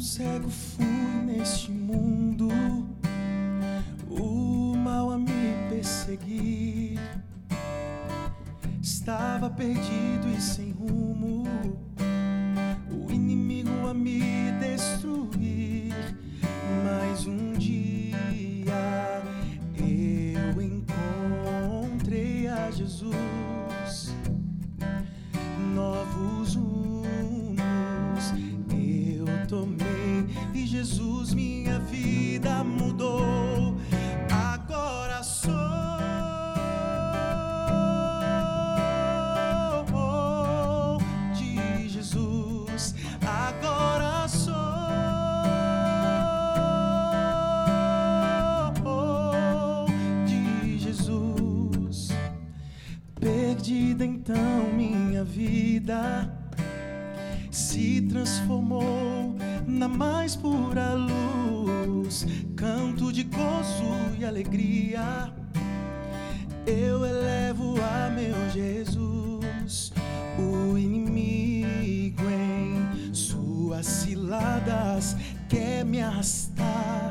cego fui neste mundo, o mal a me perseguir. Estava perdido e sem rumo, o inimigo a me destruir. Mas um dia eu encontrei a Jesus, novos rumos eu tomei e Jesus minha vida mudou. Agora sou de Jesus, agora sou de Jesus. Perdida então minha vida se transformou na mais pura luz, canto de gozo e alegria eu elevo a meu Jesus. O inimigo em suas ciladas quer me arrastar,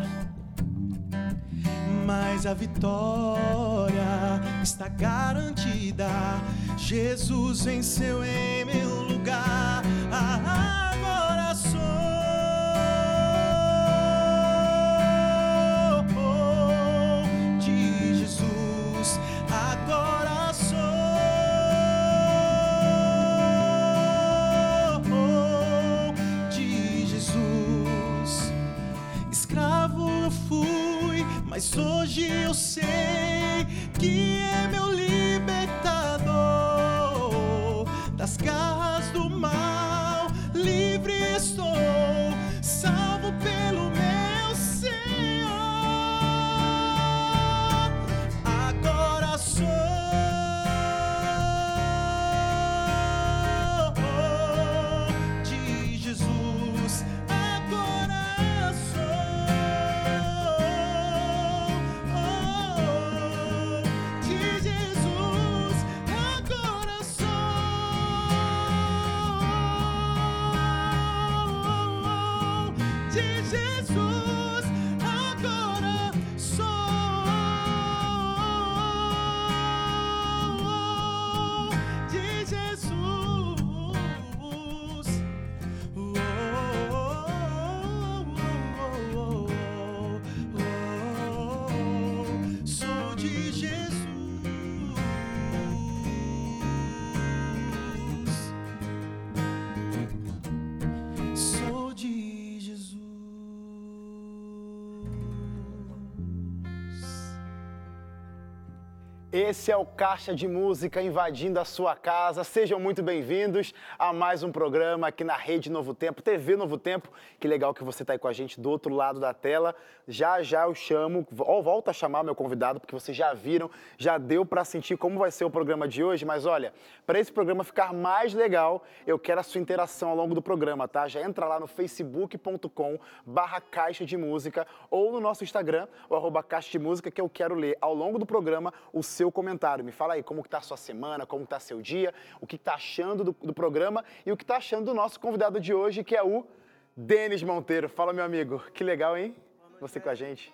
mas a vitória está garantida. Jesus venceu em meu lugar. Agora sou de Jesus, agora sou de Jesus. Escravo eu fui, mas hoje eu sei que é meu libertador. Das garras do mal, livre estou, salvo pelo meu Senhor. Agora sou de Jesus, agora sou de Jesus, agora sou de Jesus, agora sou de Jesus. Sou de Jesus. Sou de Jesus. Esse é o Caixa de Música invadindo a sua casa. Sejam muito bem-vindos a mais um programa aqui na Rede Novo Tempo, TV Novo Tempo. Que legal que você está aí com a gente do outro lado da tela. Já já eu chamo, volto a chamar meu convidado, porque vocês já viram, já deu para sentir como vai ser o programa de hoje. Mas olha, para esse programa ficar mais legal, eu quero a sua interação ao longo do programa, tá? Já entra lá no facebook.com/Caixa de Música ou no nosso Instagram, o @Caixa de Música, que eu quero ler ao longo do programa o seu comentário. Me fala aí como que tá a sua semana, como que tá seu dia, o que tá achando do programa e o que tá achando do nosso convidado de hoje, que é o Denis Monteiro. Fala, meu amigo. Que legal, hein? Você com a gente.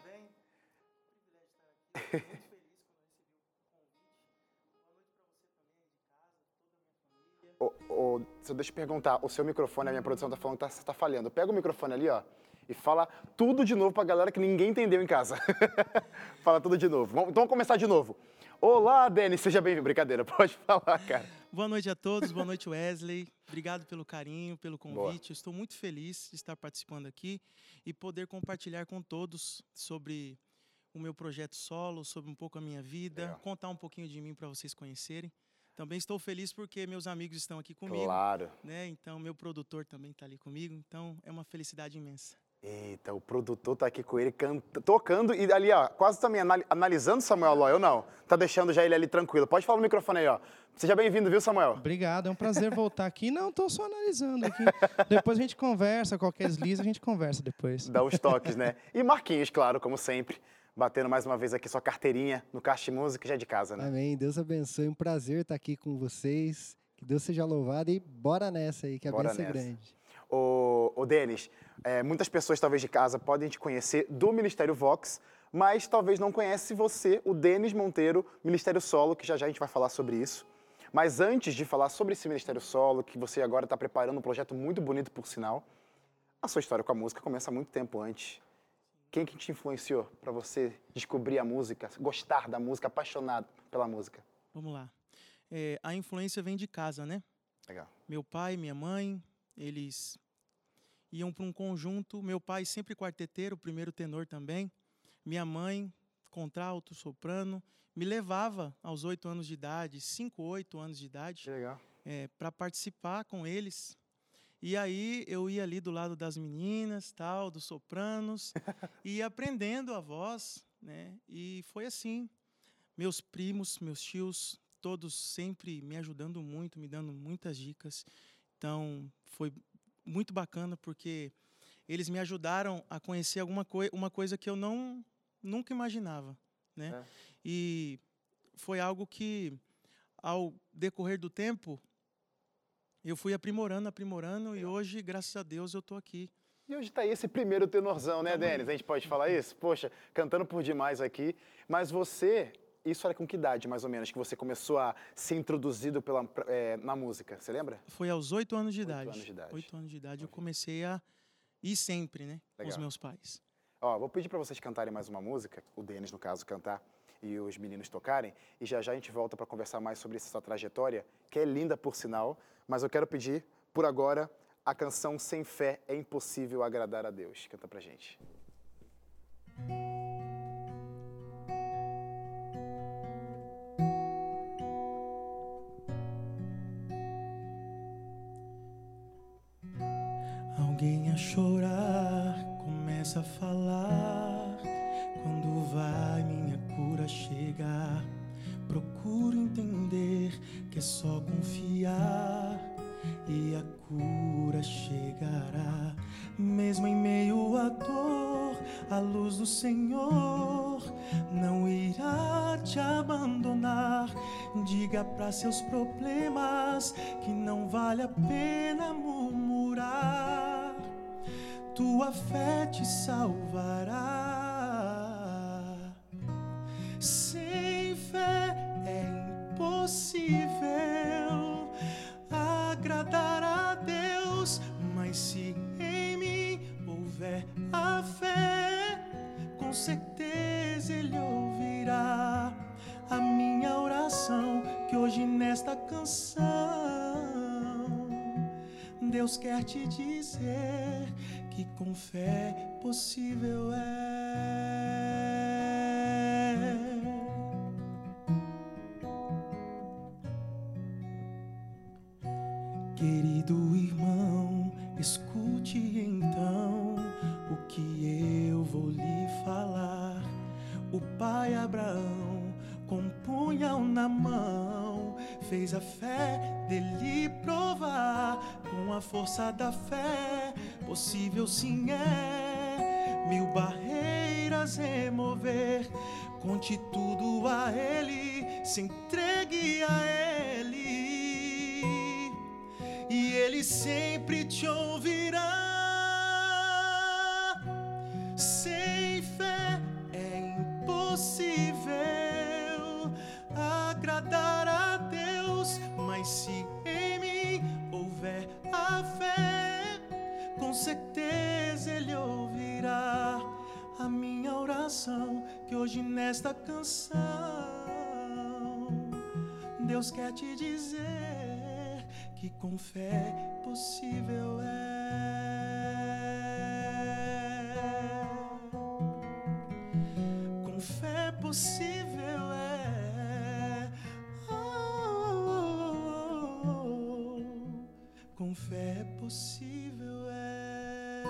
Deixa eu perguntar, o seu microfone, a minha produção tá falando que tá falhando. Pega o microfone ali, ó, e fala tudo de novo pra galera que ninguém entendeu em casa. Fala tudo de novo. Então vamos começar de novo. Olá, Denis, seja bem-vindo. Brincadeira, pode falar, cara. Boa noite a todos, boa noite, Wesley. Obrigado pelo carinho, pelo convite. Boa. Eu estou muito feliz de estar participando aqui e poder compartilhar com todos sobre o meu projeto solo, sobre um pouco a minha vida, contar um pouquinho de mim para vocês conhecerem. Também estou feliz porque meus amigos estão aqui comigo. Claro. Né? Então, meu produtor também está ali comigo. Então, é uma felicidade imensa. Eita, o produtor tá aqui com ele, tocando e ali, ó, quase também analisando Samuel Ló, eu não. Tá deixando já ele ali tranquilo. Pode falar no microfone aí, ó. Seja bem-vindo, viu, Samuel? Obrigado, é um prazer voltar aqui. Não, tô só analisando aqui. Depois a gente conversa, qualquer deslize a gente conversa depois. Dá os toques, né? E Marquinhos, claro, como sempre, batendo mais uma vez aqui sua carteirinha no Caixa de Música, já é de casa, né? Amém, Deus abençoe, um prazer estar aqui com vocês. Que Deus seja louvado e bora nessa aí, que a bênção é grande. Ô, Denis, Muitas pessoas, talvez de casa, podem te conhecer do Ministério Vox, mas talvez não conhece você, o Denis Monteiro, Ministério Solo, que já já a gente vai falar sobre isso. Mas antes de falar sobre esse Ministério Solo, que você agora está preparando um projeto muito bonito, por sinal, a sua história com a música começa muito tempo antes. Quem que te influenciou para você descobrir a música, gostar da música, apaixonado pela música? Vamos lá. A influência vem de casa, né? Legal. Meu pai, minha mãe, eles iam para um conjunto. Meu pai sempre quarteteiro, primeiro tenor também. Minha mãe, contralto, soprano. Me levava aos 8 anos de idade, 5, 8 anos de idade, Que legal. para participar com eles. E aí eu ia ali do lado das meninas, tal, dos sopranos, e ia aprendendo a voz, né? E foi assim. Meus primos, meus tios, todos sempre me ajudando muito, me dando muitas dicas. Então, foi muito bacana porque eles me ajudaram a conhecer uma coisa que eu nunca imaginava, né? E foi algo que, ao decorrer do tempo, eu fui aprimorando, e hoje, graças a Deus, eu estou aqui. E hoje está aí esse primeiro tenorzão, né, Denis? A gente pode falar isso? Poxa, cantando por demais aqui. Mas você, isso era com que idade, mais ou menos, que você começou a ser introduzido na música? Você lembra? Foi aos 8 anos de idade. 8 anos de idade. 8 anos de idade eu comecei a ir sempre, né, com os meus pais. Ó, vou pedir para vocês cantarem mais uma música, o Denis, no caso, cantar, e os meninos tocarem, e já já a gente volta para conversar mais sobre essa sua trajetória, que é linda por sinal, mas eu quero pedir, por agora, a canção Sem Fé é Impossível Agradar a Deus. Canta pra gente. Alguém a chorar, começa a falar. Quando vai minha cura chegar? Procuro entender que é só confiar e a cura chegará. Mesmo em meio à dor, a luz do Senhor não irá te abandonar. Diga para seus problemas que não vale a pena murmurar. Tua fé te salvará. Sem fé é impossível agradar a Deus, mas se em mim houver a fé, com certeza Ele ouvirá a minha oração, que hoje nesta canção Deus quer te dizer que com fé possível é. Querido irmão, escute então o que eu vou lhe falar. O pai Abraão, com um punhal na mão, fez a fé dele provar. Com a força da fé, possível sim é 1000 barreiras remover. Conte tudo a Ele, se entregue a Ele, e Ele sempre te ouvirá. Sem fé é impossível agradar a Deus, mas se em mim houver a fé, com certeza Ele ouvirá a minha oração, que hoje nesta canção Deus quer te dizer que com fé possível é. Com fé possível é. Com fé possível é.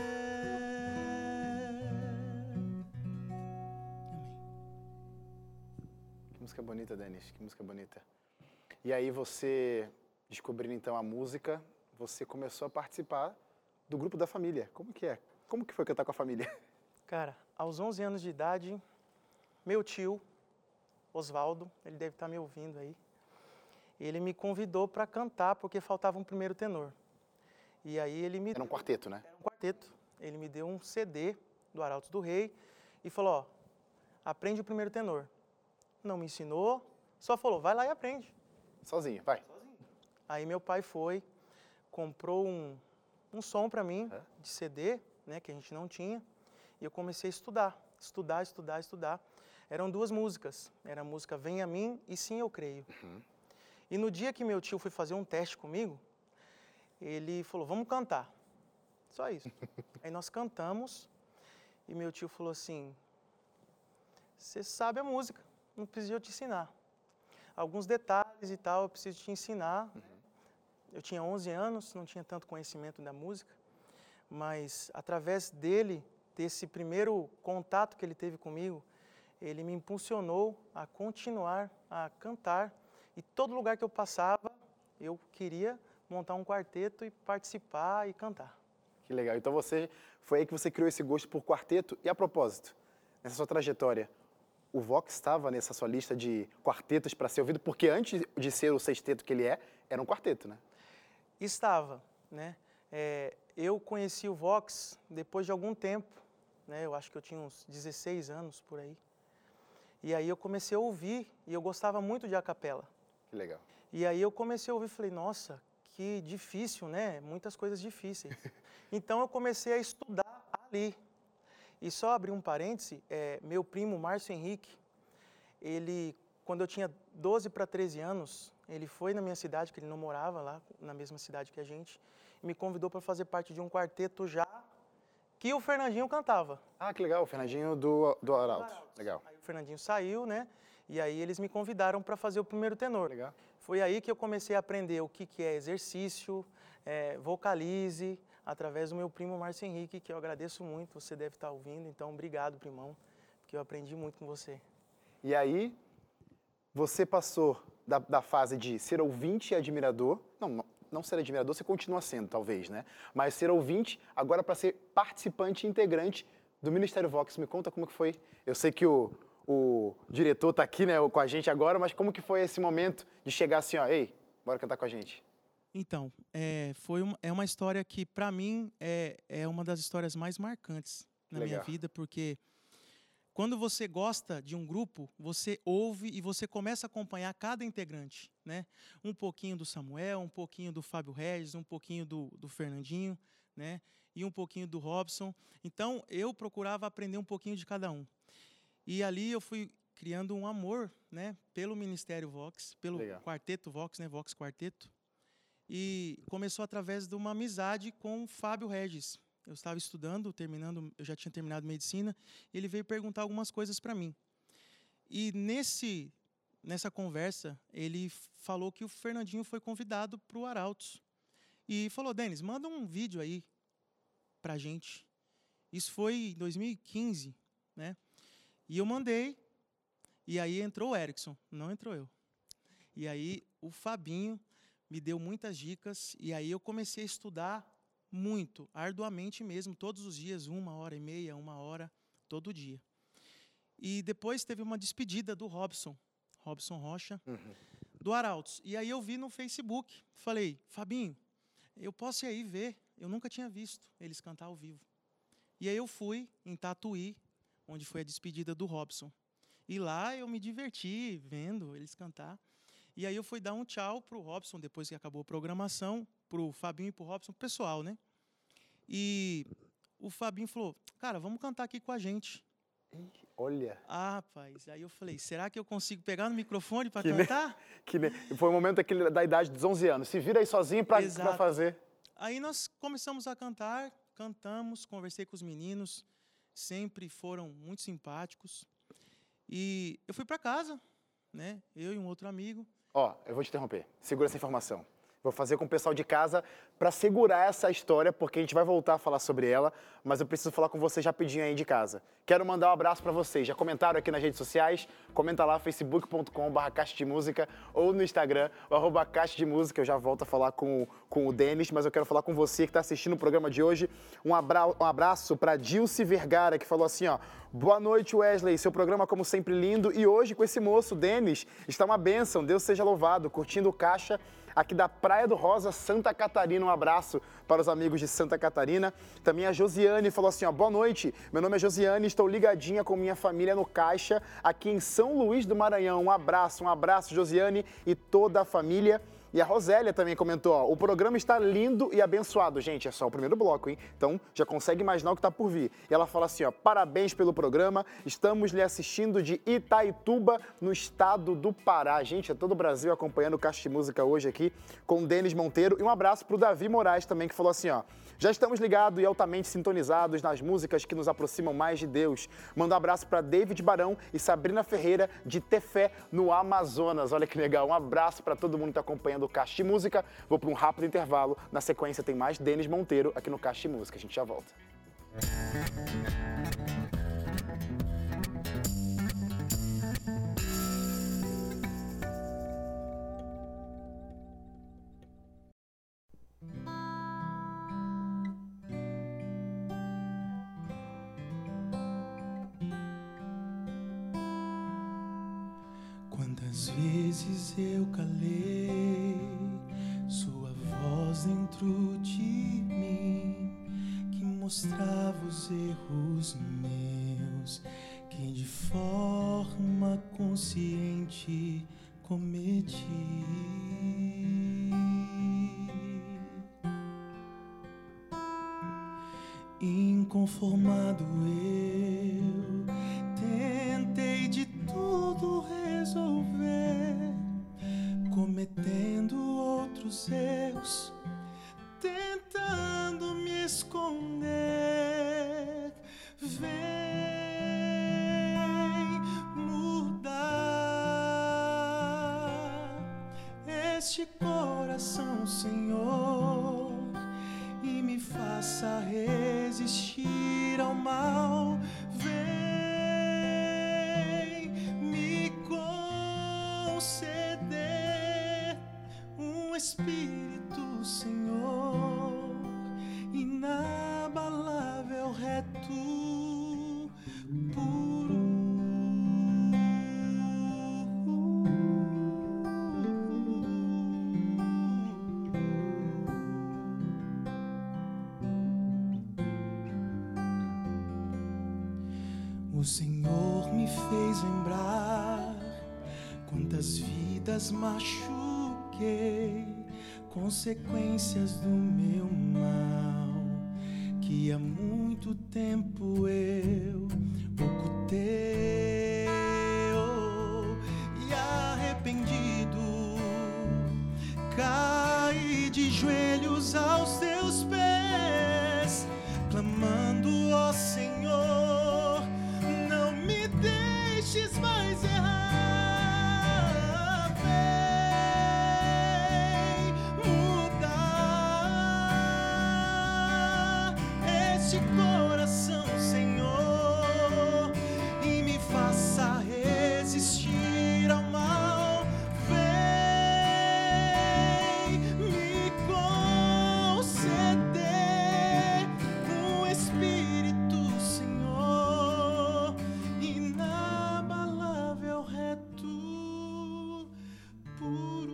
Que música bonita, Denis, que música bonita. E aí você, descobrindo então a música, você começou a participar do grupo da família. Como que é? Como que foi cantar com a família? Cara, aos 11 anos de idade, meu tio, Oswaldo, ele deve estar me ouvindo aí, ele me convidou para cantar porque faltava um primeiro tenor. E aí ele me... Era um quarteto, né? Era um quarteto. Ele me deu um CD do Arautos do Rei e falou, ó, aprende o primeiro tenor. Não me ensinou, só falou, vai lá e aprende. Sozinho, vai. Aí meu pai foi, comprou um som para mim, de CD, né, que a gente não tinha, e eu comecei a estudar. Eram 2 músicas, era a música Vem a Mim e Sim Eu Creio. E no dia que meu tio foi fazer um teste comigo, ele falou, vamos cantar. Só isso. Aí nós cantamos e meu tio falou assim, você sabe a música, não preciso eu te ensinar. Alguns detalhes e tal, eu preciso te ensinar. Eu tinha 11 anos, não tinha tanto conhecimento da música, mas através dele, desse primeiro contato que ele teve comigo, ele me impulsionou a continuar a cantar. E todo lugar que eu passava, eu queria montar um quarteto e participar e cantar. Que legal. Então foi aí que você criou esse gosto por quarteto. E a propósito, nessa sua trajetória, o Vox estava nessa sua lista de quartetos para ser ouvido? Porque antes de ser o sexteto que ele era um quarteto, né? Estava, né? Eu conheci o Vox depois de algum tempo, né? Eu acho que eu tinha uns 16 anos por aí. E aí eu comecei a ouvir e eu gostava muito de a capela. Que legal. E aí eu comecei a ouvir e falei, nossa, que difícil, né? Muitas coisas difíceis. Então eu comecei a estudar ali. E só abrir um parêntese, meu primo Márcio Henrique, ele, quando eu tinha 12 para 13 anos, ele foi na minha cidade, que ele não morava lá, na mesma cidade que a gente, e me convidou para fazer parte de um quarteto já que o Fernandinho cantava. Ah, que legal, o Fernandinho do Arautos. Legal. Aí o Fernandinho saiu, né? E aí eles me convidaram para fazer o primeiro tenor. Legal. Foi aí que eu comecei a aprender o que é exercício, vocalize, através do meu primo Márcio Henrique, que eu agradeço muito, você deve estar ouvindo, então obrigado, primão, porque eu aprendi muito com você. E aí, você passou da fase de ser ouvinte e admirador, não ser admirador, você continua sendo, talvez, né? Mas ser ouvinte, agora para ser participante e integrante do Ministério Vox. Me conta como que foi. Eu sei que o diretor está aqui, né, com a gente agora, mas como que foi esse momento de chegar assim, ó, ei, bora cantar com a gente? Então, é uma história que, para mim, é uma das histórias mais marcantes na minha vida, porque quando você gosta de um grupo, você ouve e você começa a acompanhar cada integrante, né? Um pouquinho do Samuel, um pouquinho do Fábio Regis, um pouquinho do Fernandinho, né? E um pouquinho do Robson. Então, eu procurava aprender um pouquinho de cada um. E ali eu fui criando um amor, né? Pelo Ministério Vox, pelo Quarteto Vox, né? Vox Quarteto. E começou através de uma amizade com o Fábio Regis. Eu estava estudando, eu já tinha terminado medicina, e ele veio perguntar algumas coisas para mim. E nessa conversa, ele falou que o Fernandinho foi convidado para o Arautos. E falou, Denis, manda um vídeo aí para a gente. Isso foi em 2015, né? E eu mandei, e aí entrou o Erickson, não entrou eu. E aí o Fabinho me deu muitas dicas, e aí eu comecei a estudar muito, arduamente mesmo, todos os dias, 1h30, 1h, todo dia. E depois teve uma despedida do Robson Rocha, do Arautos. E aí eu vi no Facebook, falei, Fabinho, eu posso ir aí ver, eu nunca tinha visto eles cantar ao vivo. E aí eu fui em Tatuí, onde foi a despedida do Robson. E lá eu me diverti vendo eles cantar. E aí eu fui dar um tchau pro Robson, depois que acabou a programação, pro Fabinho e pro Robson, pro pessoal, né? E o Fabinho falou, cara, vamos cantar aqui com a gente. Olha. Ah, rapaz, aí eu falei, será que eu consigo pegar no microfone para cantar? Foi o momento da idade dos 11 anos. Se vira aí sozinho para fazer. Aí nós começamos a cantar, cantamos, conversei com os meninos, sempre foram muito simpáticos. E eu fui para casa, né? Eu e um outro amigo. Ó, eu vou te interromper. Segura essa informação. Vou fazer com o pessoal de casa para segurar essa história, porque a gente vai voltar a falar sobre ela, mas eu preciso falar com vocês rapidinho aí de casa. Quero mandar um abraço para vocês. Já comentaram aqui nas redes sociais? Comenta lá, facebook.com/Caixa de Música ou no Instagram, @Caixa de Música. Eu já volto a falar com o Denis, mas eu quero falar com você que está assistindo o programa de hoje. Um abraço para Dilce Vergara, que falou assim, ó, boa noite, Wesley, seu programa como sempre lindo, e hoje com esse moço, Denis, está uma bênção, Deus seja louvado, curtindo o Caixa aqui da Praia do Rosa, Santa Catarina. Um abraço para os amigos de Santa Catarina. Também a Josiane falou assim, ó, boa noite, meu nome é Josiane, estou ligadinha com minha família no Caixa, aqui em São Luís do Maranhão. Um abraço, Josiane e toda a família. E a Rosélia também comentou, ó, o programa está lindo e abençoado. Gente, é só o primeiro bloco, hein? Então, já consegue imaginar o que está por vir. E ela fala assim, ó, parabéns pelo programa, estamos lhe assistindo de Itaituba, no estado do Pará. Gente, é todo o Brasil acompanhando o Caixa de Música hoje aqui com o Denis Monteiro. E um abraço para o Davi Moraes também, que falou assim, ó, já estamos ligados e altamente sintonizados nas músicas que nos aproximam mais de Deus. Manda um abraço para David Barão e Sabrina Ferreira, de Tefé, no Amazonas. Olha que legal, um abraço para todo mundo que está acompanhando o Caixa de Música. Vou para um rápido intervalo. Na sequência tem mais Denis Monteiro aqui no Caixa de Música. A gente já volta. Quantas vezes eu calei sua voz dentro de mim, que mostrava os erros meus, que de forma consciente cometi. Inconformado eu tentei de tudo resolver, cometendo outros erros, tentando me esconder. Vem mudar este coração, Senhor, e me faça resistir ao mal. Vem me conceder um espírito, Senhor, inabalável, reto, puro. O Senhor me fez lembrar quantas vidas machuquei, consequências do meu mal, que há muito tempo eu ocultei. E arrependido, caí de joelhos aos teus pés, clamando, ó Senhor, deixes mais errar. Vem mudar este coração, Senhor, e me faça resistir ao mal. Vem me conceder um espírito, Senhor, inabalável, reto, puro.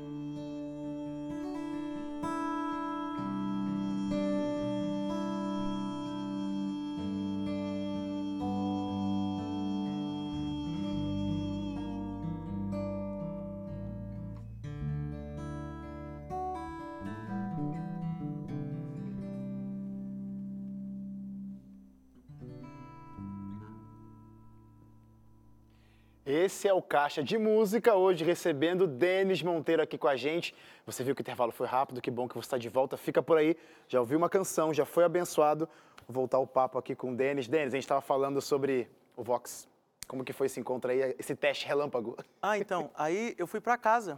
Esse é o Caixa de Música, hoje recebendo Denis Monteiro aqui com a gente. Você viu que o intervalo foi rápido, que bom que você está de volta. Fica por aí, já ouviu uma canção, já foi abençoado. Vou voltar o papo aqui com o Denis. Denis, a gente estava falando sobre o Vox. Como que foi esse encontro aí, esse teste relâmpago? Então, aí eu fui para casa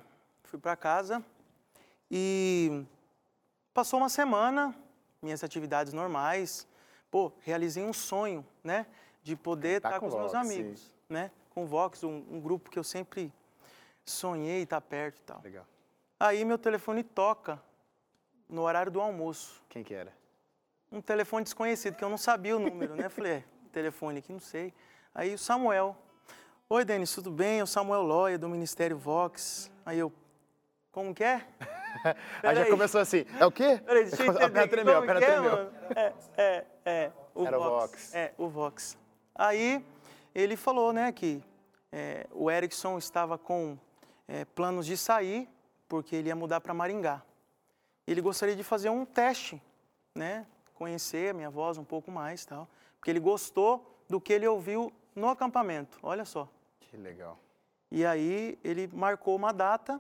e passou uma semana, minhas atividades normais. Pô, realizei um sonho, né, de poder estar com os meus amigos, né? Com o Vox, um grupo que eu sempre sonhei estar perto e tal. Legal. Aí meu telefone toca no horário do almoço. Quem que era? Um telefone desconhecido, que eu não sabia o número, né? Falei, telefone aqui, não sei. Aí o Samuel. Oi, Denis, tudo bem? É o Samuel Loia, do Ministério Vox. Aí eu, como que é? Aí já começou assim, é o quê? Peraí, deixa eu entender. A perna tremeu. Mano? Era o Vox. O Vox. Aí ele falou, né, que o Erickson estava com planos de sair, porque ele ia mudar para Maringá. Ele gostaria de fazer um teste, né, conhecer a minha voz um pouco mais, tal, porque ele gostou do que ele ouviu no acampamento, olha só. Que legal. E aí ele marcou uma data,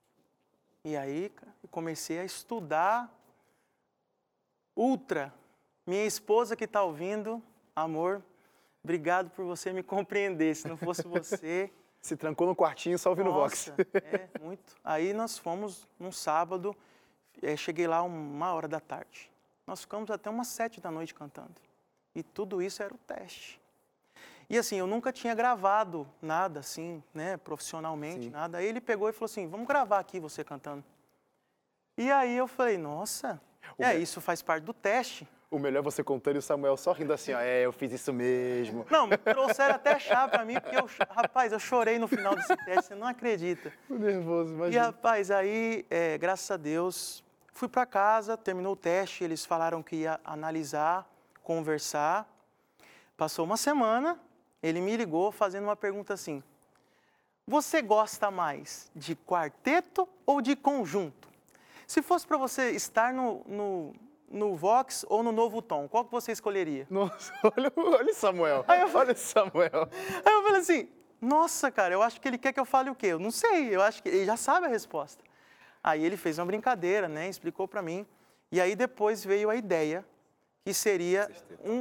e aí eu comecei a estudar ultra. Minha esposa que está ouvindo, amor, obrigado por você me compreender, se não fosse você... Se trancou no quartinho só ouvindo o Vox. Muito. Aí nós fomos num sábado, cheguei lá 1h da tarde. Nós ficamos até umas 7 da noite cantando. E tudo isso era o teste. E assim, eu nunca tinha gravado nada assim, né, profissionalmente, Sim. nada. Aí ele pegou e falou assim, vamos gravar aqui você cantando. E aí eu falei, nossa, isso faz parte do teste. O melhor é você contando e o Samuel só rindo assim, ó, eu fiz isso mesmo. Não, trouxeram até chá pra mim, porque rapaz, eu chorei no final desse teste, você não acredita. Tô nervoso, imagina. E rapaz, aí, graças a Deus, fui pra casa, terminou o teste, eles falaram que ia analisar, conversar. Passou uma semana, ele me ligou fazendo uma pergunta assim, você gosta mais de quarteto ou de conjunto? Se fosse para você estar no Vox ou no Novo Tom, qual que você escolheria? Nossa, olha o Samuel. Olha o Samuel. Aí eu falei assim, nossa, cara, eu acho que ele quer que eu fale o quê? Eu não sei, eu acho que ele já sabe a resposta. Aí ele fez uma brincadeira, né, explicou para mim. E aí depois veio a ideia que seria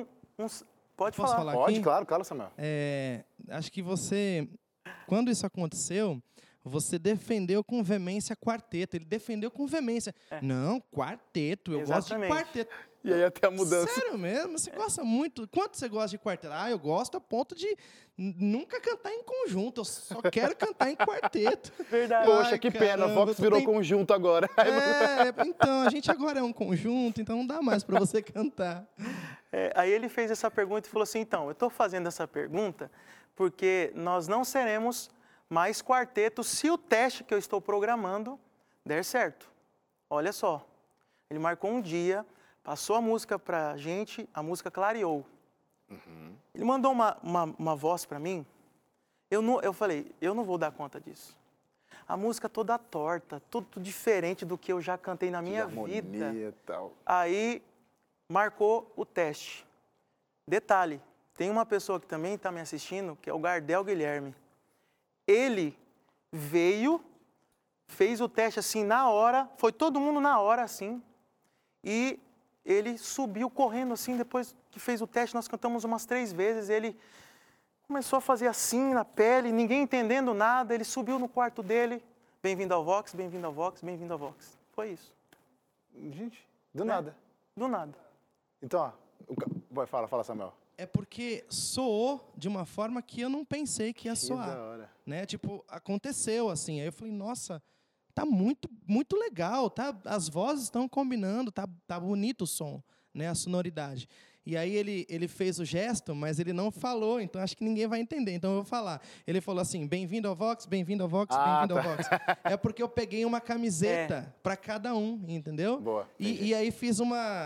Pode Posso falar. Pode, aqui? claro, Samuel. Acho que você, quando isso aconteceu, você defendeu com veemência quarteto. Ele defendeu com veemência. Não, quarteto, eu Exatamente. gosto de quarteto. E aí até a mudança. Sério mesmo? Você gosta muito? Quanto você gosta de quarteto? Eu gosto a ponto de nunca cantar em conjunto. Eu só quero cantar em quarteto. Verdade. Poxa, que pena, o Vox virou conjunto agora. Então, a gente agora é um conjunto, então não dá mais para você cantar. Aí ele fez essa pergunta e falou assim, então, eu estou fazendo essa pergunta porque nós não seremos mais quarteto se o teste que eu estou programando der certo. Olha só, ele marcou um dia, passou a música para a gente, a música clareou. Ele mandou uma voz para mim, eu falei, eu não vou dar conta disso. A música toda torta, tudo diferente do que eu já cantei na minha vida. E tal. Aí marcou o teste. Detalhe, tem uma pessoa que também está me assistindo, que é o Gardel Guilherme. Ele veio, fez o teste assim na hora, foi todo mundo na hora assim, e ele subiu correndo assim, depois que fez o teste, nós cantamos umas 3 vezes, ele começou a fazer assim na pele, ninguém entendendo nada, ele subiu no quarto dele, bem-vindo ao Vox, bem-vindo ao Vox, bem-vindo ao Vox. Foi isso. Gente, do nada. Do nada. Então, fala, Samuel. É porque soou de uma forma que eu não pensei que ia soar. Da hora. Né? Tipo, aconteceu assim. Aí eu falei, nossa, tá muito, muito legal, tá? As vozes estão combinando, tá bonito o som, né? A sonoridade. E aí ele fez o gesto, mas ele não falou, então acho que ninguém vai entender. Então eu vou falar. Ele falou assim, bem-vindo ao Vox, bem-vindo ao Vox, bem-vindo ao Vox. É porque eu peguei uma camiseta para cada um, entendeu? Boa. E aí fiz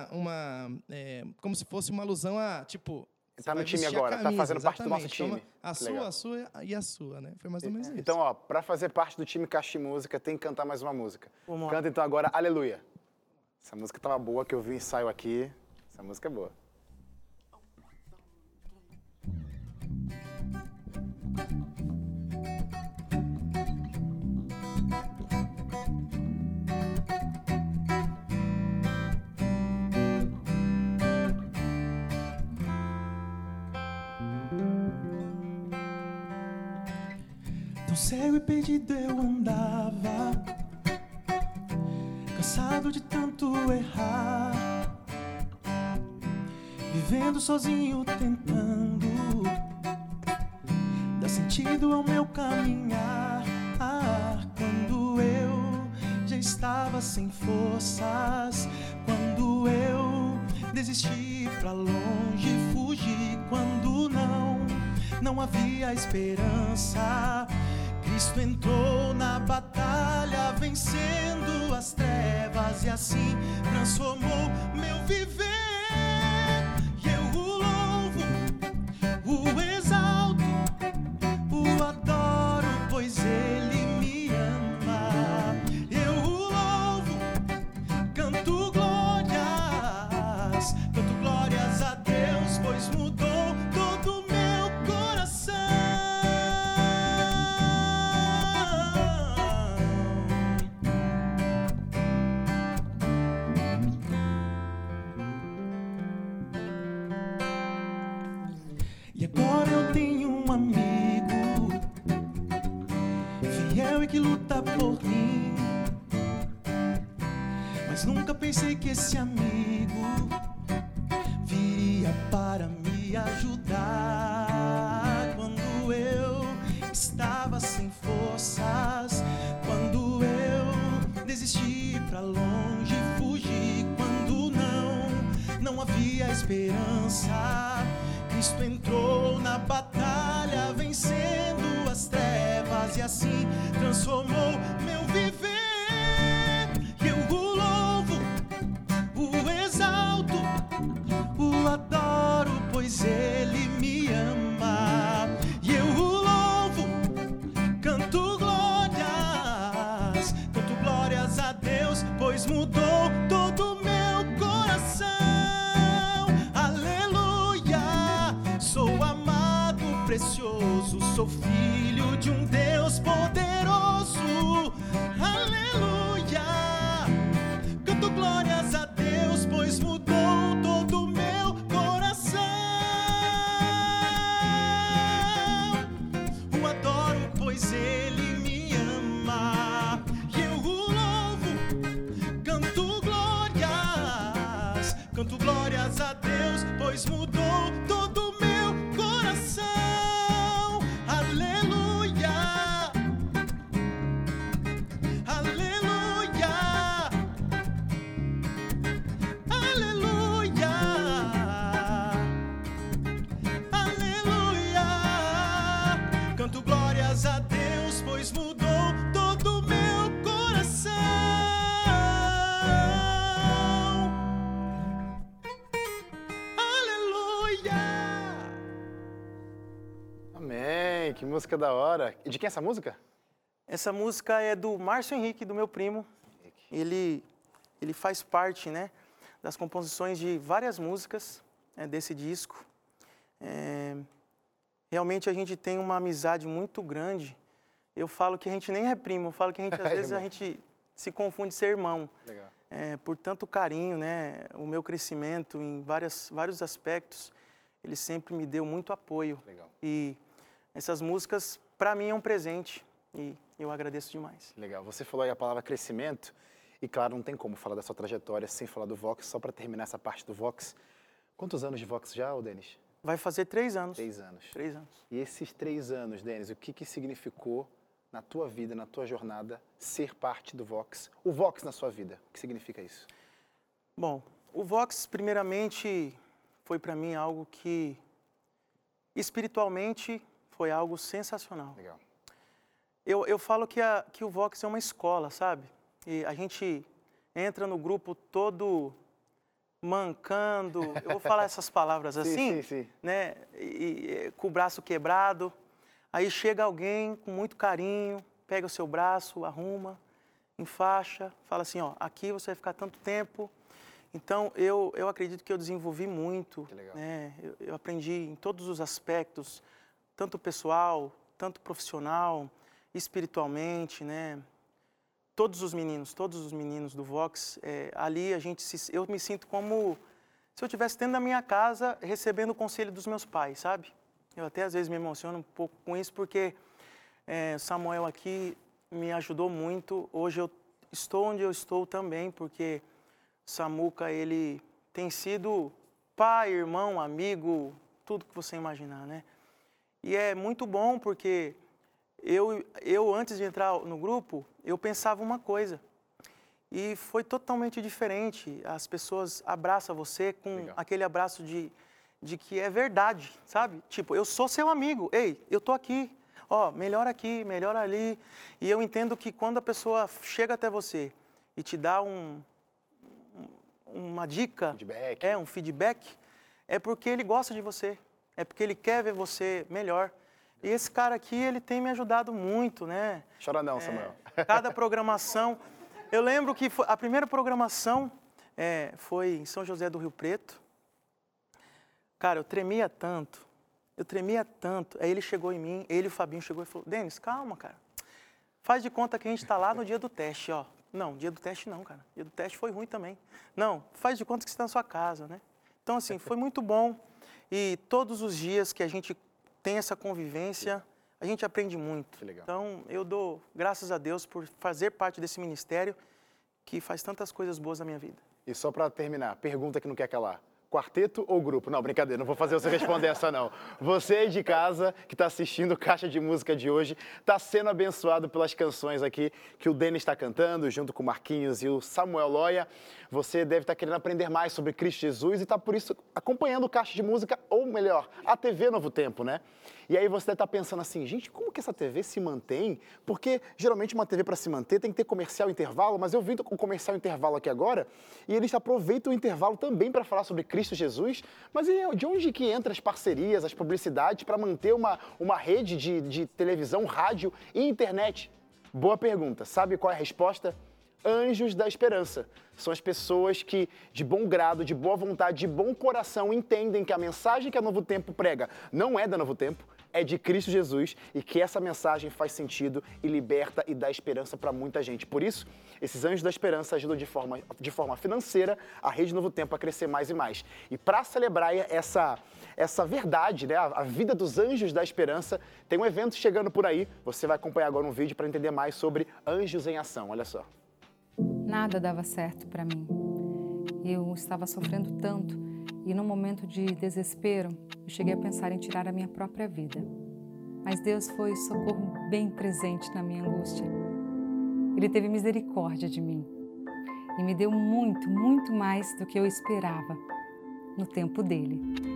como se fosse uma alusão a, tipo... Tá no time agora, tá fazendo parte do nosso time. A sua e a sua, né? Foi mais ou menos isso. Então, para fazer parte do time Caixa Música, tem que cantar mais uma música. Vamos lá. Canta então agora Aleluia. Essa música tava boa, que eu vi o ensaio aqui. Essa música é boa. Tão cego e perdido eu andava, cansado de tanto errar, vivendo sozinho tentando dar sentido ao meu caminhar. Quando eu já estava sem forças, quando eu desisti pra longe, fugi, quando não havia esperança. Cristo entrou na batalha, vencendo as trevas e assim transformou meu viver. E eu o louvo, o exalto, o adoro, pois Ele me ama. Eu o louvo, canto glórias a Deus, pois mudou todo o meu coração. E agora eu tenho um amigo fiel e que luta por mim, mas nunca pensei que esse amigo viria para me ajudar quando eu estava sem forças, quando eu desisti pra longe, fugi, quando não havia esperança. Cristo entrou na batalha, vencendo as trevas e assim transformou meu viver. E eu o louvo, o exalto, o adoro, pois Ele me ama. E eu o louvo, canto glórias a Deus, pois mudou todo o meu coração. Aleluia, sou amado, precioso, sou filho de um Deus poderoso. Aleluia, canto glórias a Deus, pois mudou todo o meu coração. O adoro, pois Ele me ama. E eu o louvo, canto glórias a Deus, pois mudou todo o meu coração. Aleluia, aleluia, aleluia, aleluia. Canto glórias a Deus, pois mudou todo o meu coração. Aleluia. Amém, que música da hora. E de quem é essa música? Essa música é do Márcio Henrique, do meu primo. Ele faz parte, né, das composições de várias músicas desse disco. Realmente a gente tem uma amizade muito grande. Eu falo que a gente nem é primo, eu falo que a gente, às vezes, a gente se confunde ser irmão. Legal. Por tanto carinho, né, o meu crescimento em vários aspectos, ele sempre me deu muito apoio. Legal. E essas músicas, para mim, é um presente e eu agradeço demais. Legal. Você falou aí a palavra crescimento e, claro, não tem como falar da sua trajetória sem falar do Vox. Só para terminar essa parte do Vox, quantos anos de Vox já, Denis? Vai fazer 3 anos. 3 anos. 3 anos. E esses 3 anos, Denis, o que significou na tua vida, na tua jornada, ser parte do Vox? O Vox na sua vida, o que significa isso? Bom, o Vox, primeiramente, foi para mim algo que, espiritualmente, foi algo sensacional. Legal. Eu falo que o Vox é uma escola, sabe? E a gente entra no grupo todo mancando, eu vou falar essas palavras assim, sim. né? E com o braço quebrado. Aí chega alguém com muito carinho, pega o seu braço, arruma, enfaixa, fala assim, ó, aqui você vai ficar tanto tempo. Então, eu acredito que eu desenvolvi muito, né? Eu aprendi em todos os aspectos, tanto pessoal, tanto profissional, espiritualmente, né? Todos os meninos do Vox, ali eu me sinto como se eu estivesse dentro da minha casa recebendo o conselho dos meus pais, sabe? Eu até às vezes me emociono um pouco com isso, porque Samuel aqui me ajudou muito. Hoje eu estou onde eu estou também, porque Samuca, ele tem sido pai, irmão, amigo, tudo que você imaginar, né? E é muito bom porque eu antes de entrar no grupo, eu pensava uma coisa. E foi totalmente diferente. As pessoas abraçam você com aquele abraço de que é verdade, sabe? Tipo, eu sou seu amigo. Ei, eu tô aqui. ó, melhora aqui, melhora ali. E eu entendo que quando a pessoa chega até você e te dá uma dica, um feedback, é porque ele gosta de você, é porque ele quer ver você melhor. E esse cara aqui, ele tem me ajudado muito, né? Chora não, Samuel. Cada programação... Eu lembro que a primeira programação foi em São José do Rio Preto. Cara, eu tremia tanto. Aí ele chegou em mim, ele e o Fabinho chegou e falou, Denis, calma, cara. Faz de conta que a gente está lá no dia do teste, ó. Não, dia do teste não, cara. Dia do teste foi ruim também. Não, faz de conta que você está na sua casa, né? Então, assim, foi muito bom. E todos os dias que a gente tem essa convivência, a gente aprende muito. Que legal. Então, eu dou graças a Deus por fazer parte desse ministério que faz tantas coisas boas na minha vida. E só para terminar, pergunta que não quer calar. Quarteto ou grupo? Não, brincadeira, não vou fazer você responder essa não. Você de casa, que está assistindo o Caixa de Música de hoje, está sendo abençoado pelas canções aqui que o Denis está cantando, junto com o Marquinhos e o Samuel Loya. Você deve estar querendo aprender mais sobre Cristo Jesus e está, por isso, acompanhando o Caixa de Música, ou melhor, a TV Novo Tempo, né? E aí você deve estar pensando assim, gente, como que essa TV se mantém? Porque, geralmente, uma TV para se manter tem que ter comercial intervalo, mas eu vi com comercial intervalo aqui agora, e eles aproveitam o intervalo também para falar sobre Cristo Jesus, mas de onde que entra as parcerias, as publicidades para manter uma rede de televisão, rádio e internet? Boa pergunta. Sabe qual é a resposta? Anjos da Esperança. São as pessoas que, de bom grado, de boa vontade, de bom coração, entendem que a mensagem que a Novo Tempo prega não é da Novo Tempo, é de Cristo Jesus e que essa mensagem faz sentido e liberta e dá esperança para muita gente. Por isso, esses Anjos da Esperança ajudam de forma financeira a Rede Novo Tempo a crescer mais e mais. E para celebrar essa verdade, né, a vida dos Anjos da Esperança, tem um evento chegando por aí. Você vai acompanhar agora um vídeo para entender mais sobre Anjos em Ação. Olha só. Nada dava certo para mim. Eu estava sofrendo tanto e num momento de desespero, eu cheguei a pensar em tirar a minha própria vida. Mas Deus foi socorro bem presente na minha angústia. Ele teve misericórdia de mim e me deu muito, muito mais do que eu esperava no tempo dele.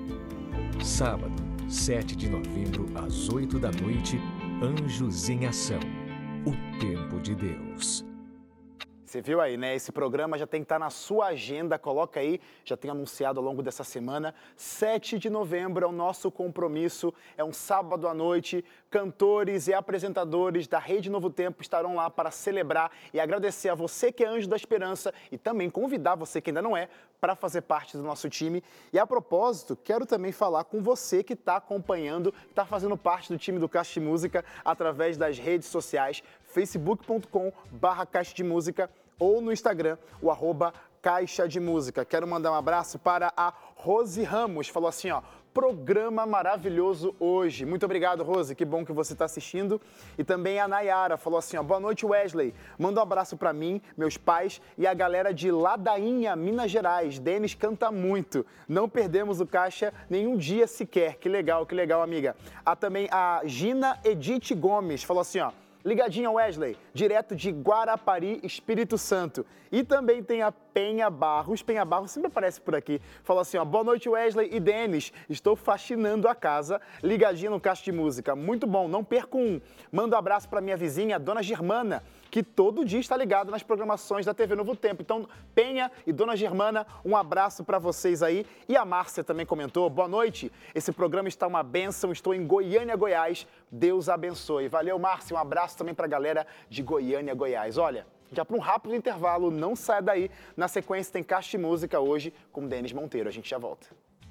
Sábado, 7 de novembro, às 8 da noite, Anjos em Ação. O tempo de Deus. Você viu aí, né? Esse programa já tem que estar na sua agenda, coloca aí, já tem anunciado ao longo dessa semana. 7 de novembro é o nosso compromisso, é um sábado à noite. Cantores e apresentadores da Rede Novo Tempo estarão lá para celebrar e agradecer a você que é Anjo da Esperança e também convidar você que ainda não é para fazer parte do nosso time. E a propósito, quero também falar com você que está acompanhando, que está fazendo parte do time do Caixa de Música através das redes sociais, facebook.com/Caixa de Música ou no Instagram, o @Caixa de Música. Quero mandar um abraço para a Rose Ramos, falou assim, ó, programa maravilhoso hoje. Muito obrigado, Rose, que bom que você está assistindo. E também a Nayara falou assim, ó, boa noite, Wesley. Manda um abraço para mim, meus pais e a galera de Ladainha, Minas Gerais. Denis canta muito. Não perdemos o Caixa nenhum dia sequer. Que legal, amiga. Há também a Gina Edith Gomes, falou assim, ó, ligadinho ao Wesley, direto de Guarapari, Espírito Santo. E também tem a Penha Barros sempre aparece por aqui. Falou assim, ó, boa noite Wesley e Denis, estou faxinando a casa, ligadinho no Caixa de Música. Muito bom, não perco um. Manda um abraço para minha vizinha, Dona Germana, que todo dia está ligado nas programações da TV Novo Tempo. Então, Penha e Dona Germana, um abraço para vocês aí. E a Márcia também comentou, boa noite, esse programa está uma bênção, estou em Goiânia, Goiás, Deus abençoe. Valeu, Márcia, um abraço também para a galera de Goiânia, Goiás. Olha, já para um rápido intervalo, não saia daí. Na sequência tem Caixa de Música hoje com Denis Monteiro. A gente já volta.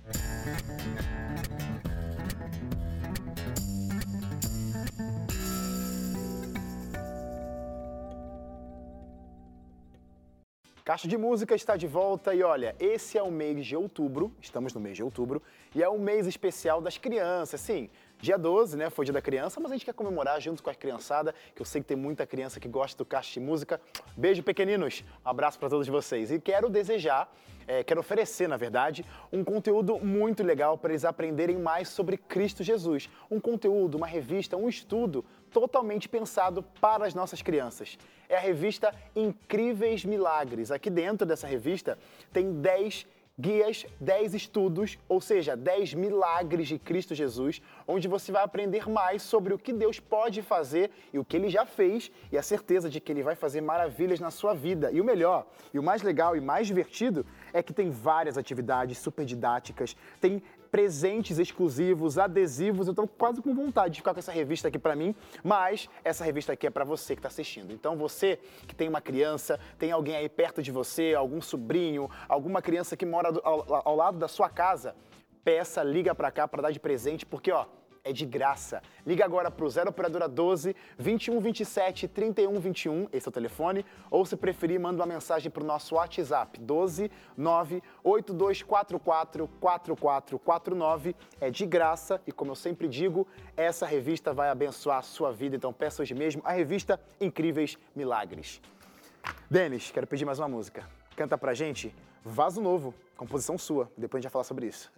Caixa de Música está de volta e olha, esse é o mês de outubro, estamos no mês de outubro, e é o mês especial das crianças, sim. Dia 12, né, foi dia da criança, mas a gente quer comemorar junto com a criançada, que eu sei que tem muita criança que gosta do Caixa de Música. Beijo, pequeninos, um abraço para todos vocês. E quero oferecer, na verdade, um conteúdo muito legal para eles aprenderem mais sobre Cristo Jesus. Um conteúdo, uma revista, um estudo totalmente pensado para as nossas crianças. É a revista Incríveis Milagres. Aqui dentro dessa revista tem 10 guias, 10 estudos, ou seja, 10 milagres de Cristo Jesus, onde você vai aprender mais sobre o que Deus pode fazer e o que Ele já fez e a certeza de que Ele vai fazer maravilhas na sua vida. E o melhor, e o mais legal e mais divertido é que tem várias atividades super didáticas, tem presentes exclusivos, adesivos. Eu estou quase com vontade de ficar com essa revista aqui para mim, mas essa revista aqui é para você que está assistindo. Então você que tem uma criança, tem alguém aí perto de você, algum sobrinho, alguma criança que mora ao lado da sua casa, peça, liga para cá para dar de presente, porque ó, é de graça. Liga agora para o 0 operadora 12 21 27 31 21, esse é o telefone, ou se preferir, manda uma mensagem para o nosso WhatsApp, 12 9 8244 4449, é de graça e como eu sempre digo, essa revista vai abençoar a sua vida, então peça hoje mesmo a revista Incríveis Milagres. Denis, quero pedir mais uma música. Canta pra gente Vaso Novo, composição sua, depois a gente vai falar sobre isso.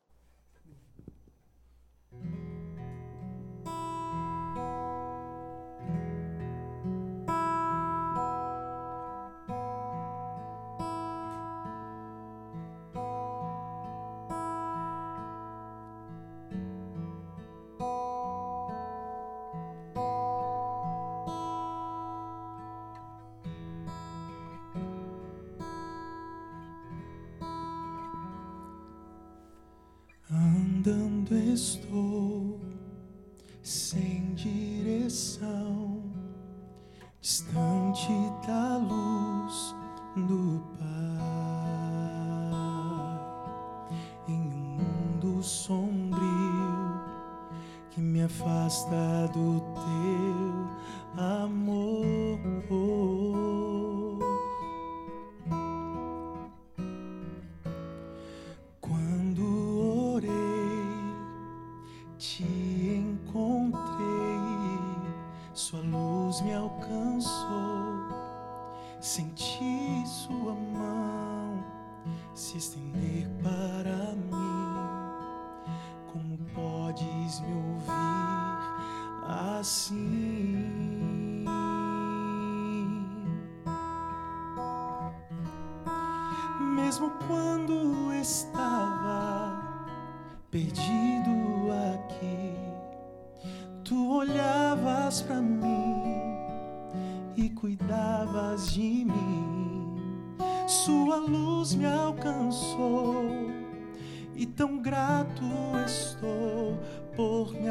Andando estou sem direção, distante da luz do Pai, em um mundo sombrio que me afasta do teu amor. Sua luz me alcançou, senti sua mão se estender para mim. Como podes me ouvir assim? Mesmo quando estava perdido aqui, tu olhavas pra mim e cuidavas de mim. Sua luz me alcançou e tão grato estou por me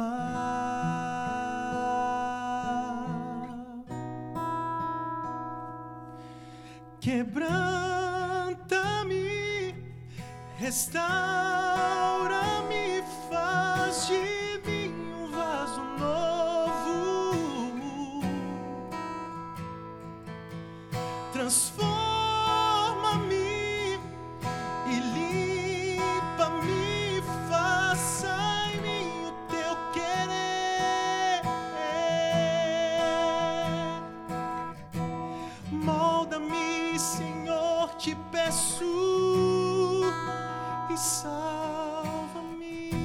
amar. Quebranta-me, restaura-me, faz de transforma-me e limpa-me, faça em mim o teu querer. Molda-me, Senhor, te peço, e salva-me.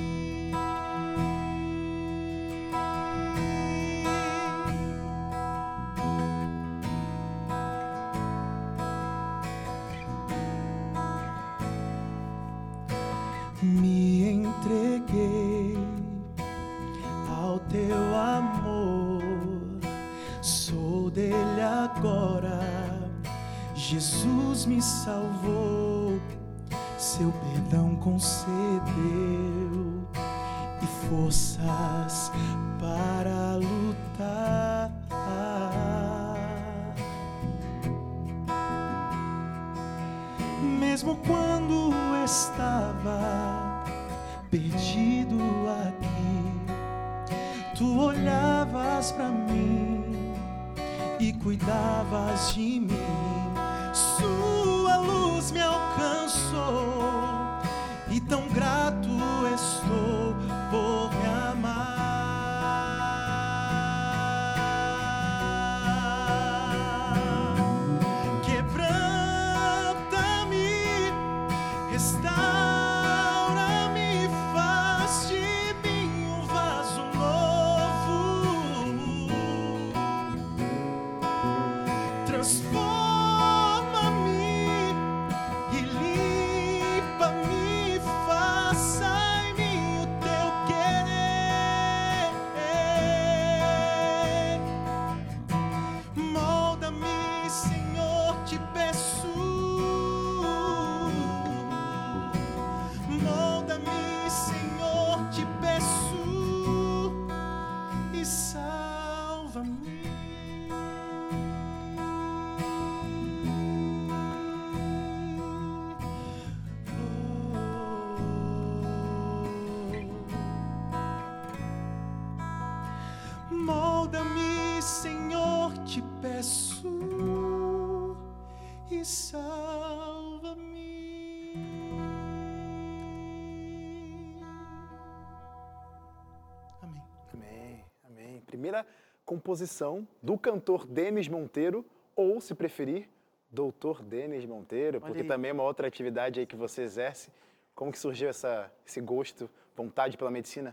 Me entreguei ao teu amor, sou dele agora. Jesus me salvou, seu perdão concedeu e forças para lutar. Mesmo quando estava perdido aqui, tu olhavas pra mim e cuidavas de mim. Sua luz me alcançou e tão grato estou por me amar. Transforma-me salva-me. Molda-me, Senhor, te peço, e salva-me. Amém. Amém, amém. Primeira composição do cantor Denis Monteiro, ou, se preferir, Doutor Denis Monteiro, porque também é uma outra atividade aí que você exerce. Como que surgiu esse gosto, vontade pela medicina?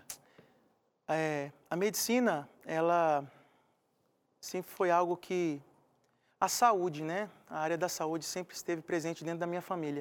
A medicina, ela sempre foi algo que... A saúde, né? A área da saúde sempre esteve presente dentro da minha família.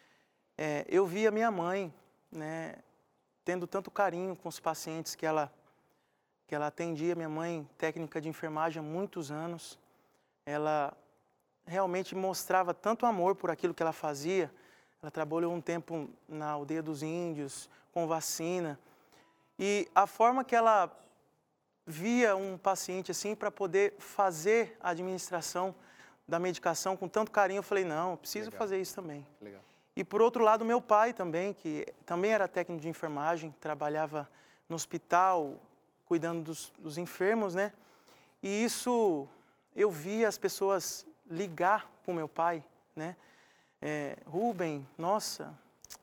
Eu vi a minha mãe, né, tendo tanto carinho com os pacientes que ela atendia. Minha mãe, técnica de enfermagem há muitos anos, ela realmente mostrava tanto amor por aquilo que ela fazia. Ela trabalhou um tempo na aldeia dos índios, com vacina. E a forma que ela via um paciente assim para poder fazer a administração da medicação com tanto carinho, eu falei, não, eu preciso fazer isso também. Legal. E por outro lado, meu pai também, que também era técnico de enfermagem, trabalhava no hospital, cuidando dos enfermos, né? E isso, eu via as pessoas ligar para o meu pai, né? Rubem, nossa,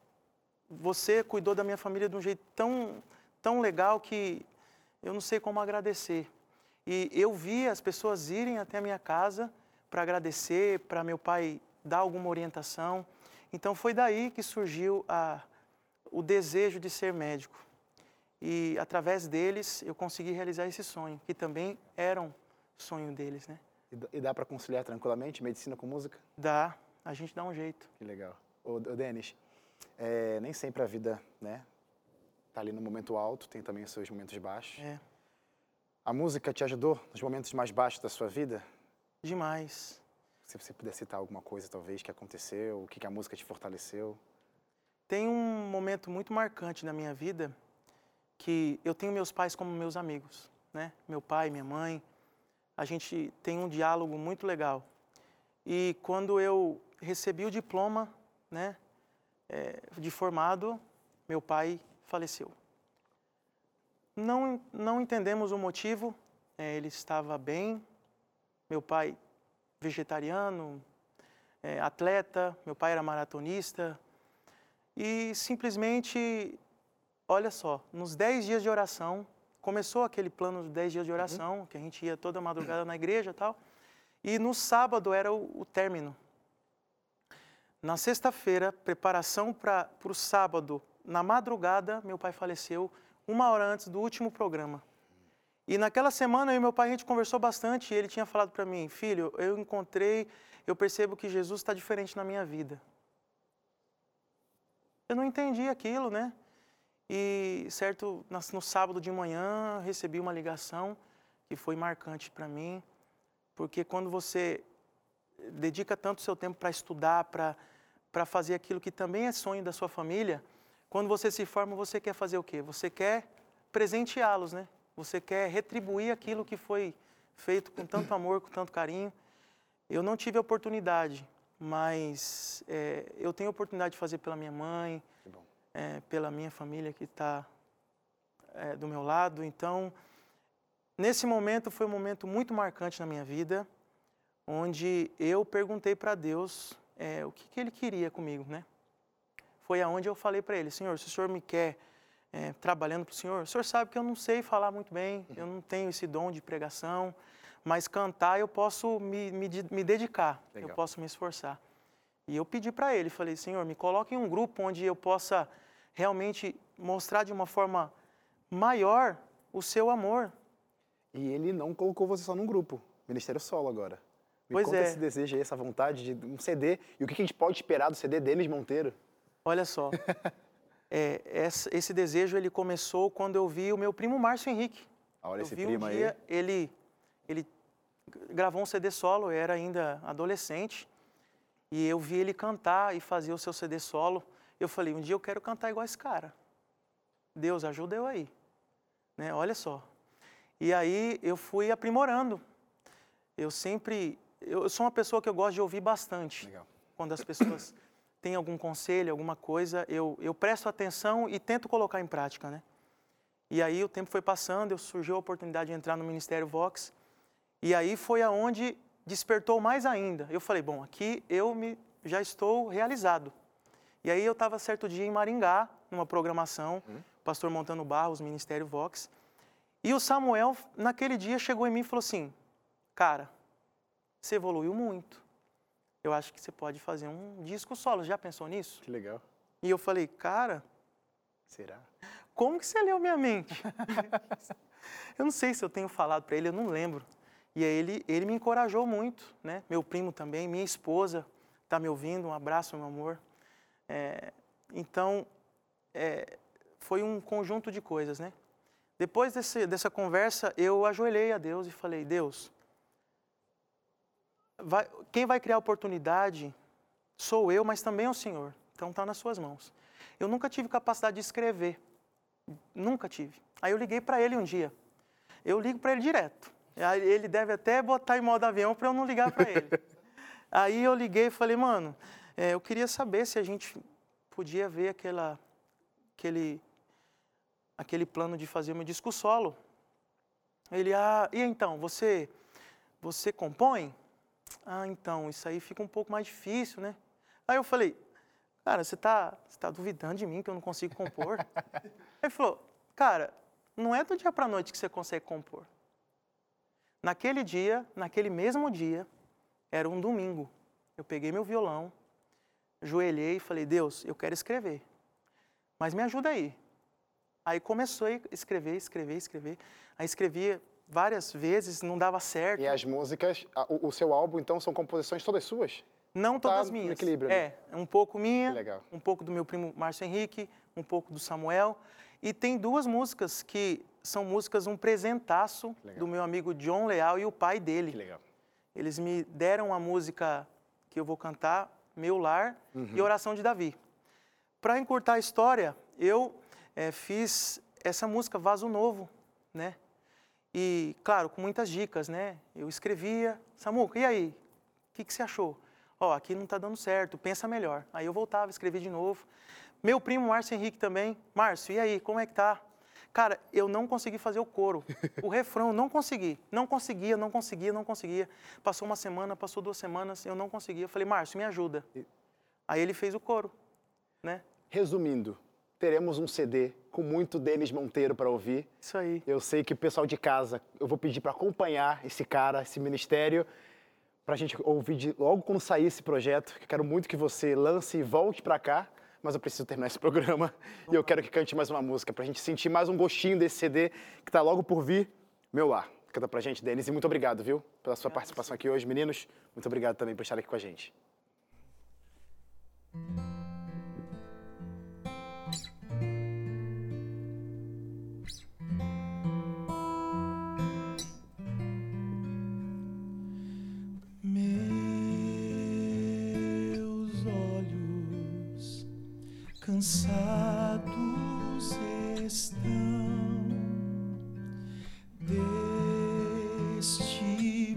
você cuidou da minha família de um jeito tão legal que eu não sei como agradecer. E eu via as pessoas irem até a minha casa para agradecer, para meu pai dar alguma orientação. Então foi daí que surgiu o desejo de ser médico. E através deles eu consegui realizar esse sonho, que também era um sonho deles, né? E dá para conciliar tranquilamente medicina com música? Dá, a gente dá um jeito. Que legal. Ô Denis, nem sempre a vida, né, tá ali no momento alto, tem também os seus momentos baixos. A música te ajudou nos momentos mais baixos da sua vida? Demais. Se você puder citar alguma coisa, talvez, que aconteceu, o que a música te fortaleceu? Tem um momento muito marcante na minha vida, que eu tenho meus pais como meus amigos, né? Meu pai, minha mãe, a gente tem um diálogo muito legal. E quando eu recebi o diploma, né, de formado, meu pai faleceu. Não entendemos o motivo, ele estava bem, meu pai vegetariano, atleta, meu pai era maratonista, e simplesmente, olha só, nos 10 dias de oração, começou aquele plano de 10 dias de oração, que a gente ia toda madrugada na igreja e tal, e no sábado era o término. Na sexta-feira, preparação para o sábado, na madrugada, meu pai faleceu 1 hora antes do último programa. E naquela semana, eu e meu pai, a gente conversou bastante e ele tinha falado para mim, filho, eu percebo que Jesus está diferente na minha vida. Eu não entendi aquilo, né? E, certo, no sábado de manhã, recebi uma ligação que foi marcante para mim, porque quando você dedica tanto o seu tempo para estudar, para fazer aquilo que também é sonho da sua família, quando você se forma, você quer fazer o quê? Você quer presenteá-los, né? Você quer retribuir aquilo que foi feito com tanto amor, com tanto carinho. Eu não tive a oportunidade, mas eu tenho a oportunidade de fazer pela minha mãe, pela minha família que está do meu lado. Então, nesse momento, foi um momento muito marcante na minha vida, onde eu perguntei para Deus o que Ele queria comigo, né? Foi aonde eu falei para Ele, Senhor, se o Senhor me quer trabalhando para o Senhor sabe que eu não sei falar muito bem, eu não tenho esse dom de pregação, mas cantar eu posso me dedicar, Legal. Eu posso me esforçar. E eu pedi para Ele, falei, Senhor, me coloque em um grupo onde eu possa realmente mostrar de uma forma maior o seu amor. E Ele não colocou você só num grupo, Ministério Solo agora. Me conta esse desejo aí, essa vontade de um CD, e o que a gente pode esperar do CD Denis Monteiro? Olha só, esse desejo ele começou quando eu vi o meu primo Márcio Henrique. Olha esse primo aí. Ele gravou um CD solo, eu era ainda adolescente, e eu vi ele cantar e fazer o seu CD solo. Eu falei, um dia eu quero cantar igual esse cara. Deus, ajuda eu aí. Né? Olha só. E aí eu fui aprimorando. Eu sou uma pessoa que eu gosto de ouvir bastante. Legal. Quando as pessoas têm algum conselho, alguma coisa, eu presto atenção e tento colocar em prática, né? E aí o tempo foi passando, surgiu a oportunidade de entrar no Ministério Vox. E aí foi aonde despertou mais ainda. Eu falei, bom, aqui já estou realizado. E aí eu estava certo dia em Maringá, numa programação, pastor Montano Barros, Ministério Vox. E o Samuel, naquele dia, chegou em mim e falou assim, cara, você evoluiu muito. Eu acho que você pode fazer um disco solo. Já pensou nisso? Que legal. E eu falei, cara... Será? Como que você leu minha mente? Eu não sei se eu tenho falado para ele, eu não lembro. E aí ele me encorajou muito, né? Meu primo também, minha esposa está me ouvindo. Um abraço, meu amor. Então, foi um conjunto de coisas, né? Depois dessa conversa, eu ajoelhei a Deus e falei, Deus, quem vai criar a oportunidade sou eu, mas também é o Senhor. Então está nas suas mãos. Eu nunca tive capacidade de escrever. Nunca tive. Aí eu liguei para ele um dia. Eu ligo para ele direto. Aí ele deve até botar em modo avião para eu não ligar para ele. Aí eu liguei e falei, mano, eu queria saber se a gente podia ver aquele plano de fazer o meu disco solo. Ele, e então, você compõe? Então, isso aí fica um pouco mais difícil, né? Aí eu falei, cara, você tá duvidando de mim que eu não consigo compor? Ele falou, cara, não é do dia para a noite que você consegue compor. Naquele dia, naquele mesmo dia, era um domingo. Eu peguei meu violão, ajoelhei e falei, Deus, eu quero escrever, mas me ajuda aí. Aí começou a escrever. Aí escrevia várias vezes, não dava certo. E as músicas, o seu álbum, então, são composições todas suas? Não todas minhas. No equilíbrio, né? Um pouco minha, legal. Um pouco do meu primo Márcio Henrique, um pouco do Samuel. E tem duas músicas que são músicas, um presentaço do meu amigo John Leal e o pai dele. Que legal. Eles me deram a música que eu vou cantar, Meu Lar e Oração de Davi. Para encurtar a história, eu fiz essa música Vaso Novo, né? E, claro, com muitas dicas, né? Eu escrevia, Samuca, e aí? O que você achou? Aqui não está dando certo, pensa melhor. Aí eu voltava, escrevia de novo. Meu primo Márcio Henrique também. Márcio, e aí, como é que tá? Cara, eu não consegui fazer o coro. O refrão, não consegui. Não conseguia. Passou uma semana, passou 2 semanas, eu não conseguia. Eu falei, Márcio, me ajuda. Aí ele fez o coro, né? Resumindo, teremos um CD com muito Denis Monteiro para ouvir. Isso aí. Eu sei que o pessoal de casa, eu vou pedir para acompanhar esse cara, esse ministério, para a gente ouvir logo quando sair esse projeto. Eu quero muito que você lance e volte para cá, mas eu preciso terminar esse programa e eu quero que cante mais uma música, para a gente sentir mais um gostinho desse CD que está logo por vir. Meu Lar. Canta pra gente, Denis, e muito obrigado, viu, pela sua participação aqui hoje, meninos. Muito obrigado também por estar aqui com a gente. Cansados estão deste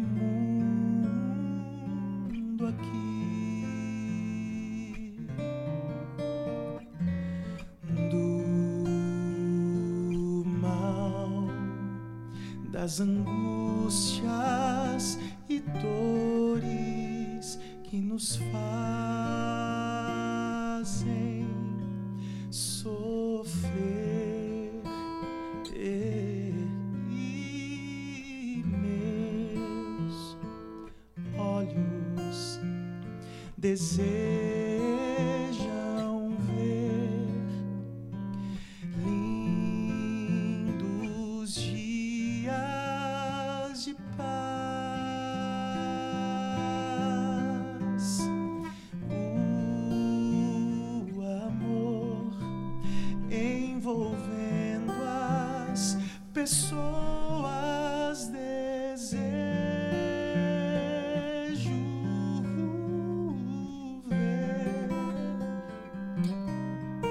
mundo aqui, do mal, das angústias e dores que nos fazem sofrer, e meus olhos desejam ver lindos dias de paz. Envolvendo as pessoas, desejo ver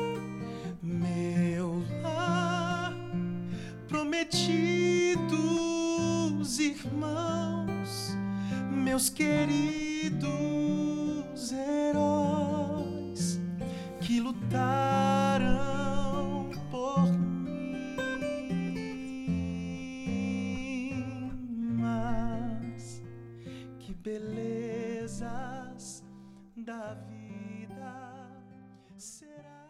meu lar prometido. meus queridos heróis que lutaram por mim, mas que belezas da vida será.